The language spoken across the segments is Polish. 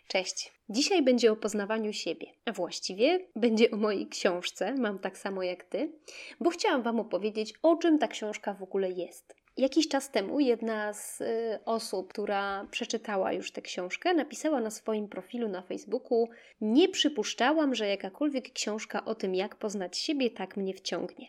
Cześć. Dzisiaj będzie o poznawaniu siebie, a właściwie będzie o mojej książce, mam tak samo jak Ty, bo chciałam Wam opowiedzieć, o czym ta książka w ogóle jest. Jakiś czas temu jedna z osób, która przeczytała już tę książkę, napisała na swoim profilu na Facebooku: nie przypuszczałam, że jakakolwiek książka o tym, jak poznać siebie, tak mnie wciągnie.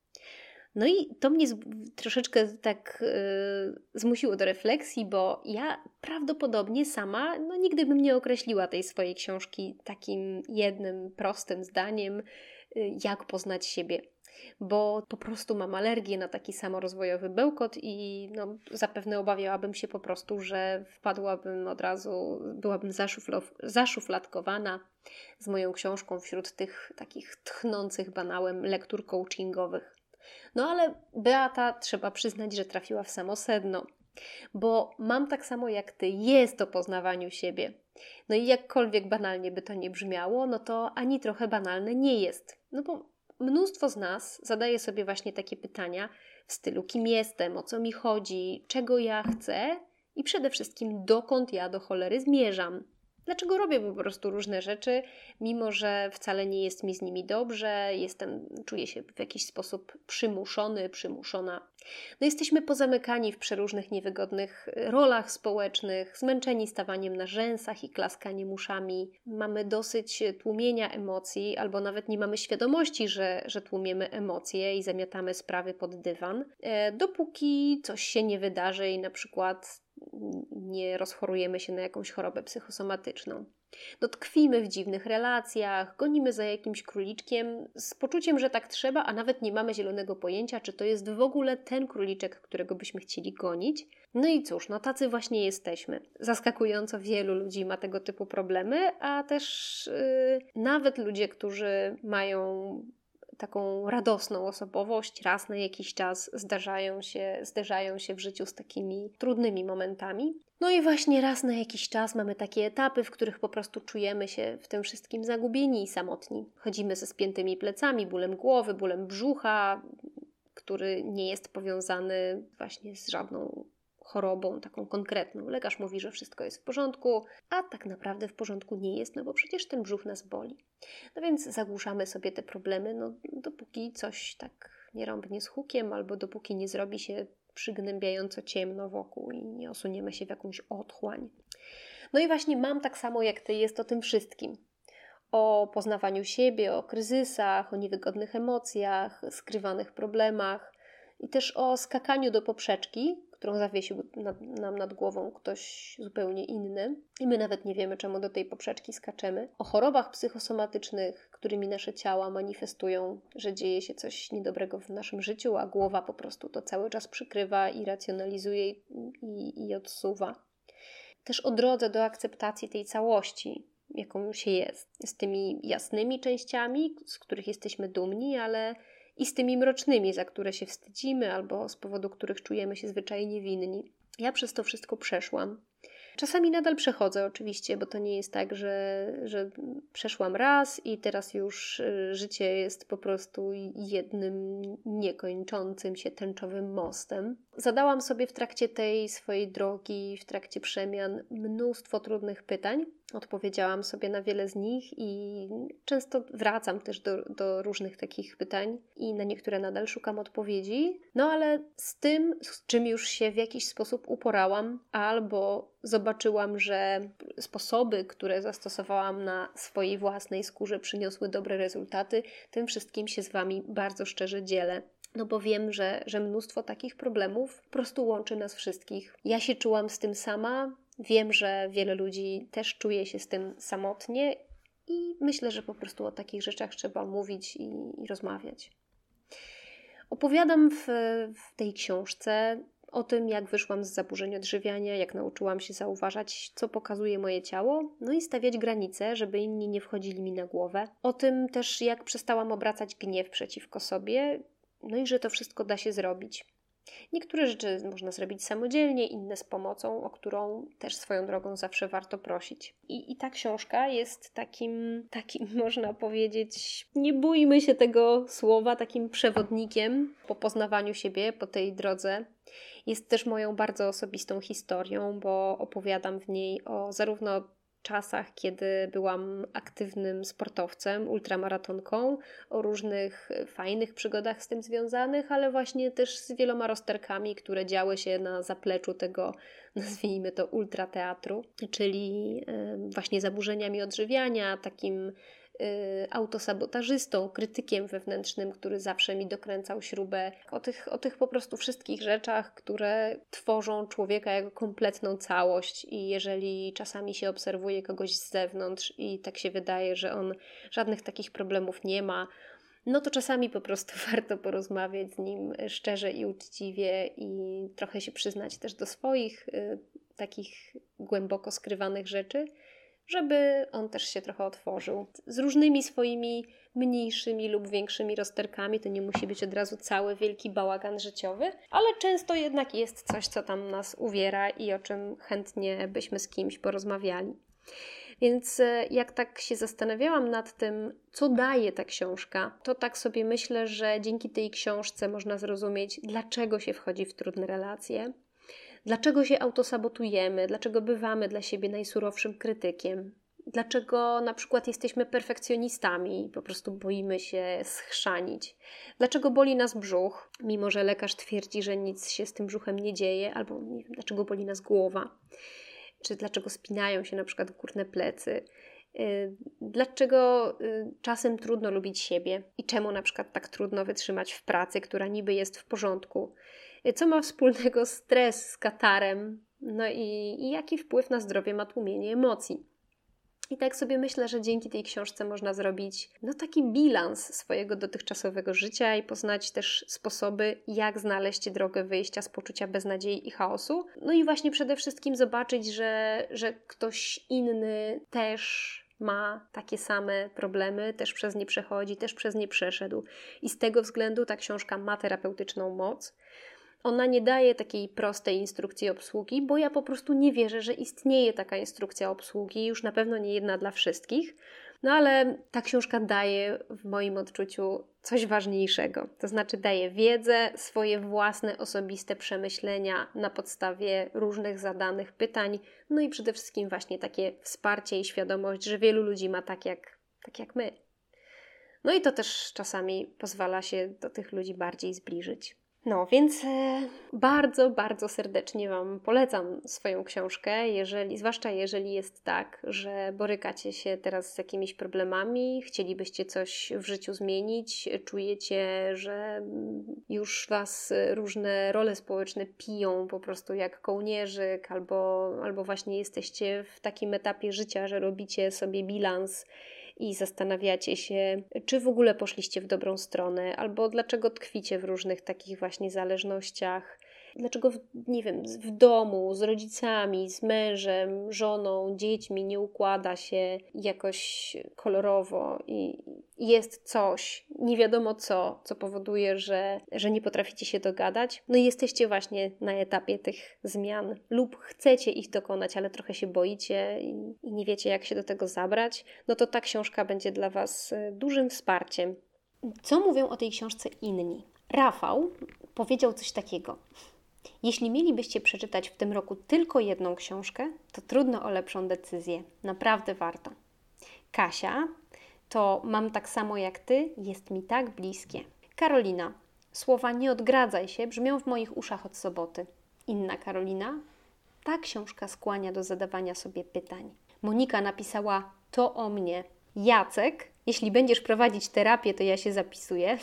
No i to mnie troszeczkę tak zmusiło do refleksji, bo ja prawdopodobnie sama nigdy bym nie określiła tej swojej książki takim jednym, prostym zdaniem, jak poznać siebie. Bo po prostu mam alergię na taki samorozwojowy bełkot i zapewne obawiałabym się po prostu, że wpadłabym od razu, byłabym zaszufladkowana z moją książką wśród tych takich tchnących banałem lektur coachingowych. No ale Beata, trzeba przyznać, że trafiła w samo sedno, bo mam tak samo jak Ty, jest o poznawaniu siebie. No i jakkolwiek banalnie by to nie brzmiało, no to ani trochę banalne nie jest. No bo mnóstwo z nas zadaje sobie właśnie takie pytania w stylu: kim jestem, o co mi chodzi, czego ja chcę i przede wszystkim dokąd ja do cholery zmierzam. Dlaczego robię po prostu różne rzeczy, mimo że wcale nie jest mi z nimi dobrze, czuję się w jakiś sposób przymuszona. No jesteśmy pozamykani w przeróżnych niewygodnych rolach społecznych, zmęczeni stawaniem na rzęsach i klaskaniem uszami. Mamy dosyć tłumienia emocji, albo nawet nie mamy świadomości, że tłumiemy emocje i zamiatamy sprawy pod dywan, dopóki coś się nie wydarzy i na przykład nie rozchorujemy się na jakąś chorobę psychosomatyczną. Tkwimy w dziwnych relacjach, gonimy za jakimś króliczkiem z poczuciem, że tak trzeba, a nawet nie mamy zielonego pojęcia, czy to jest w ogóle ten króliczek, którego byśmy chcieli gonić. No i cóż, tacy właśnie jesteśmy. Zaskakująco wielu ludzi ma tego typu problemy, a też nawet ludzie, którzy mają taką radosną osobowość, raz na jakiś czas zderzają się w życiu z takimi trudnymi momentami. No i właśnie raz na jakiś czas mamy takie etapy, w których po prostu czujemy się w tym wszystkim zagubieni i samotni. Chodzimy ze spiętymi plecami, bólem głowy, bólem brzucha, który nie jest powiązany właśnie z żadną chorobą taką konkretną. Lekarz mówi, że wszystko jest w porządku, a tak naprawdę w porządku nie jest, bo przecież ten brzuch nas boli. No więc zagłuszamy sobie te problemy, dopóki coś tak nie rąbnie z hukiem, albo dopóki nie zrobi się przygnębiająco ciemno wokół i nie osuniemy się w jakąś otchłań. No i właśnie mam tak samo jak Ty, jest o tym wszystkim. O poznawaniu siebie, o kryzysach, o niewygodnych emocjach, skrywanych problemach i też o skakaniu do poprzeczki, którą zawiesił nam nad głową ktoś zupełnie inny i my nawet nie wiemy, czemu do tej poprzeczki skaczemy. O chorobach psychosomatycznych, którymi nasze ciała manifestują, że dzieje się coś niedobrego w naszym życiu, a głowa po prostu to cały czas przykrywa i racjonalizuje i odsuwa. Też o drodze do akceptacji tej całości, jaką się jest. Z tymi jasnymi częściami, z których jesteśmy dumni, ale i z tymi mrocznymi, za które się wstydzimy albo z powodu których czujemy się zwyczajnie winni. Ja przez to wszystko przeszłam. Czasami nadal przechodzę oczywiście, bo to nie jest tak, że przeszłam raz i teraz już życie jest po prostu jednym niekończącym się tęczowym mostem. Zadałam sobie w trakcie tej swojej drogi, w trakcie przemian mnóstwo trudnych pytań. Odpowiedziałam sobie na wiele z nich i często wracam też do różnych takich pytań i na niektóre nadal szukam odpowiedzi. No ale z tym, z czym już się w jakiś sposób uporałam, albo zobaczyłam, że sposoby, które zastosowałam na swojej własnej skórze, przyniosły dobre rezultaty, tym wszystkim się z Wami bardzo szczerze dzielę. Bo wiem, że mnóstwo takich problemów po prostu łączy nas wszystkich. Ja się czułam z tym sama, wiem, że wiele ludzi też czuje się z tym samotnie i myślę, że po prostu o takich rzeczach trzeba mówić i rozmawiać. Opowiadam w tej książce o tym, jak wyszłam z zaburzeń odżywiania, jak nauczyłam się zauważać, co pokazuje moje ciało, i stawiać granice, żeby inni nie wchodzili mi na głowę. O tym też, jak przestałam obracać gniew przeciwko sobie, i że to wszystko da się zrobić. Niektóre rzeczy można zrobić samodzielnie, inne z pomocą, o którą też swoją drogą zawsze warto prosić. I ta książka jest takim można powiedzieć, nie bójmy się tego słowa, takim przewodnikiem po poznawaniu siebie, po tej drodze. Jest też moją bardzo osobistą historią, bo opowiadam w niej o zarówno czasach, kiedy byłam aktywnym sportowcem, ultramaratonką, o różnych fajnych przygodach z tym związanych, ale właśnie też z wieloma rozterkami, które działy się na zapleczu tego, nazwijmy to, ultrateatru, czyli właśnie zaburzeniami odżywiania, takim autosabotażystą, krytykiem wewnętrznym, który zawsze mi dokręcał śrubę, o tych po prostu wszystkich rzeczach, które tworzą człowieka jako kompletną całość i jeżeli czasami się obserwuje kogoś z zewnątrz i tak się wydaje, że on żadnych takich problemów nie ma, no to czasami po prostu warto porozmawiać z nim szczerze i uczciwie i trochę się przyznać też do swoich takich głęboko skrywanych rzeczy, żeby on też się trochę otworzył. Z różnymi swoimi mniejszymi lub większymi rozterkami, to nie musi być od razu cały wielki bałagan życiowy, ale często jednak jest coś, co tam nas uwiera i o czym chętnie byśmy z kimś porozmawiali. Więc jak tak się zastanawiałam nad tym, co daje ta książka, to tak sobie myślę, że dzięki tej książce można zrozumieć, dlaczego się wchodzi w trudne relacje, dlaczego się autosabotujemy, dlaczego bywamy dla siebie najsurowszym krytykiem, dlaczego na przykład jesteśmy perfekcjonistami i po prostu boimy się schrzanić, dlaczego boli nas brzuch, mimo że lekarz twierdzi, że nic się z tym brzuchem nie dzieje, albo nie wiem, dlaczego boli nas głowa, czy dlaczego spinają się na przykład górne plecy, dlaczego czasem trudno lubić siebie i czemu na przykład tak trudno wytrzymać w pracy, która niby jest w porządku. Co ma wspólnego stres z katarem? No i jaki wpływ na zdrowie ma tłumienie emocji? I tak sobie myślę, że dzięki tej książce można zrobić taki bilans swojego dotychczasowego życia i poznać też sposoby, jak znaleźć drogę wyjścia z poczucia beznadziei i chaosu. No i właśnie przede wszystkim zobaczyć, że ktoś inny też ma takie same problemy, też przez nie przechodzi, też przez nie przeszedł. I z tego względu ta książka ma terapeutyczną moc. Ona nie daje takiej prostej instrukcji obsługi, bo ja po prostu nie wierzę, że istnieje taka instrukcja obsługi, już na pewno nie jedna dla wszystkich. No ale ta książka daje w moim odczuciu coś ważniejszego. To znaczy daje wiedzę, swoje własne, osobiste przemyślenia na podstawie różnych zadanych pytań, no i przede wszystkim właśnie takie wsparcie i świadomość, że wielu ludzi ma tak jak my. No i to też czasami pozwala się do tych ludzi bardziej zbliżyć. No, więc bardzo, bardzo serdecznie Wam polecam swoją książkę, zwłaszcza jeżeli jest tak, że borykacie się teraz z jakimiś problemami, chcielibyście coś w życiu zmienić, czujecie, że już Was różne role społeczne piją po prostu jak kołnierzyk, albo właśnie jesteście w takim etapie życia, że robicie sobie bilans i zastanawiacie się, czy w ogóle poszliście w dobrą stronę, albo dlaczego tkwicie w różnych takich właśnie zależnościach, dlaczego w domu, z rodzicami, z mężem, żoną, dziećmi nie układa się jakoś kolorowo i jest coś, nie wiadomo co powoduje, że nie potraficie się dogadać. No i jesteście właśnie na etapie tych zmian lub chcecie ich dokonać, ale trochę się boicie i nie wiecie, jak się do tego zabrać, no to ta książka będzie dla Was dużym wsparciem. Co mówią o tej książce inni? Rafał powiedział coś takiego. Jeśli mielibyście przeczytać w tym roku tylko jedną książkę, to trudno o lepszą decyzję. Naprawdę warto. Kasia to Mam tak samo jak Ty, jest mi tak bliskie. Karolina. Słowa nie odgradzaj się brzmią w moich uszach od soboty. Inna Karolina. Ta książka skłania do zadawania sobie pytań. Monika napisała to o mnie. Jacek. Jeśli będziesz prowadzić terapię, to ja się zapisuję.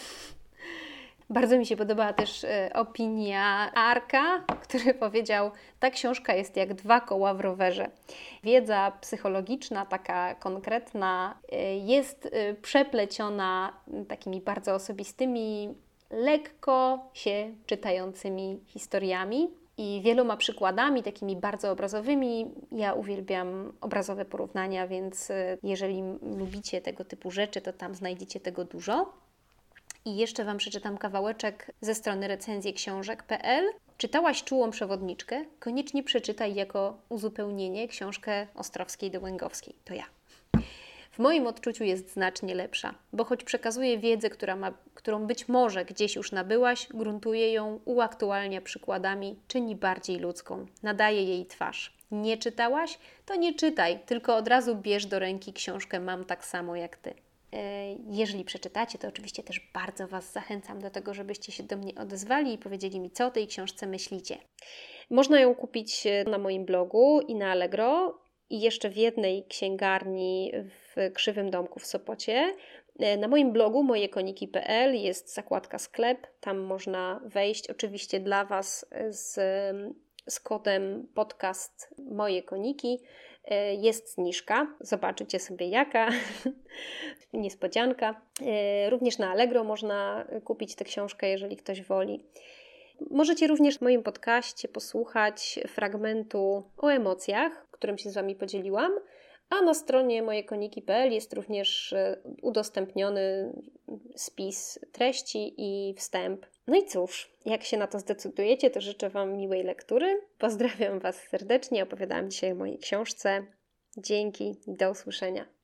Bardzo mi się podobała też opinia Arka, który powiedział, ta książka jest jak 2 koła w rowerze. Wiedza psychologiczna, taka konkretna, jest przepleciona takimi bardzo osobistymi, lekko się czytającymi historiami i wieloma przykładami, takimi bardzo obrazowymi. Ja uwielbiam obrazowe porównania, więc jeżeli lubicie tego typu rzeczy, to tam znajdziecie tego dużo. I jeszcze Wam przeczytam kawałeczek ze strony recenzjeksiążek.pl. Czytałaś Czułą przewodniczkę? Koniecznie przeczytaj jako uzupełnienie książkę Ostrowskiej do Łęgowskiej. To ja. w moim odczuciu jest znacznie lepsza, bo choć przekazuje wiedzę, którą być może gdzieś już nabyłaś, gruntuje ją, uaktualnia przykładami, czyni bardziej ludzką, nadaje jej twarz. Nie czytałaś? To nie czytaj, tylko od razu bierz do ręki książkę Mam tak samo jak Ty. Jeżeli przeczytacie, to oczywiście też bardzo Was zachęcam do tego, żebyście się do mnie odezwali i powiedzieli mi, co o tej książce myślicie. Można ją kupić na moim blogu i na Allegro i jeszcze w jednej księgarni w Krzywym Domku w Sopocie. Na moim blogu mojekoniki.pl jest zakładka sklep, tam można wejść, oczywiście dla Was z kodem podcast Moje Koniki jest zniżka, zobaczycie sobie jaka, niespodzianka. Również na Allegro można kupić tę książkę, jeżeli ktoś woli. Możecie również w moim podcaście posłuchać fragmentu o emocjach, którym się z Wami podzieliłam, a na stronie mojekoniki.pl jest również udostępniony spis treści i wstęp. No i cóż, jak się na to zdecydujecie, to życzę Wam miłej lektury. Pozdrawiam Was serdecznie, opowiadałam dzisiaj o mojej książce. Dzięki i do usłyszenia.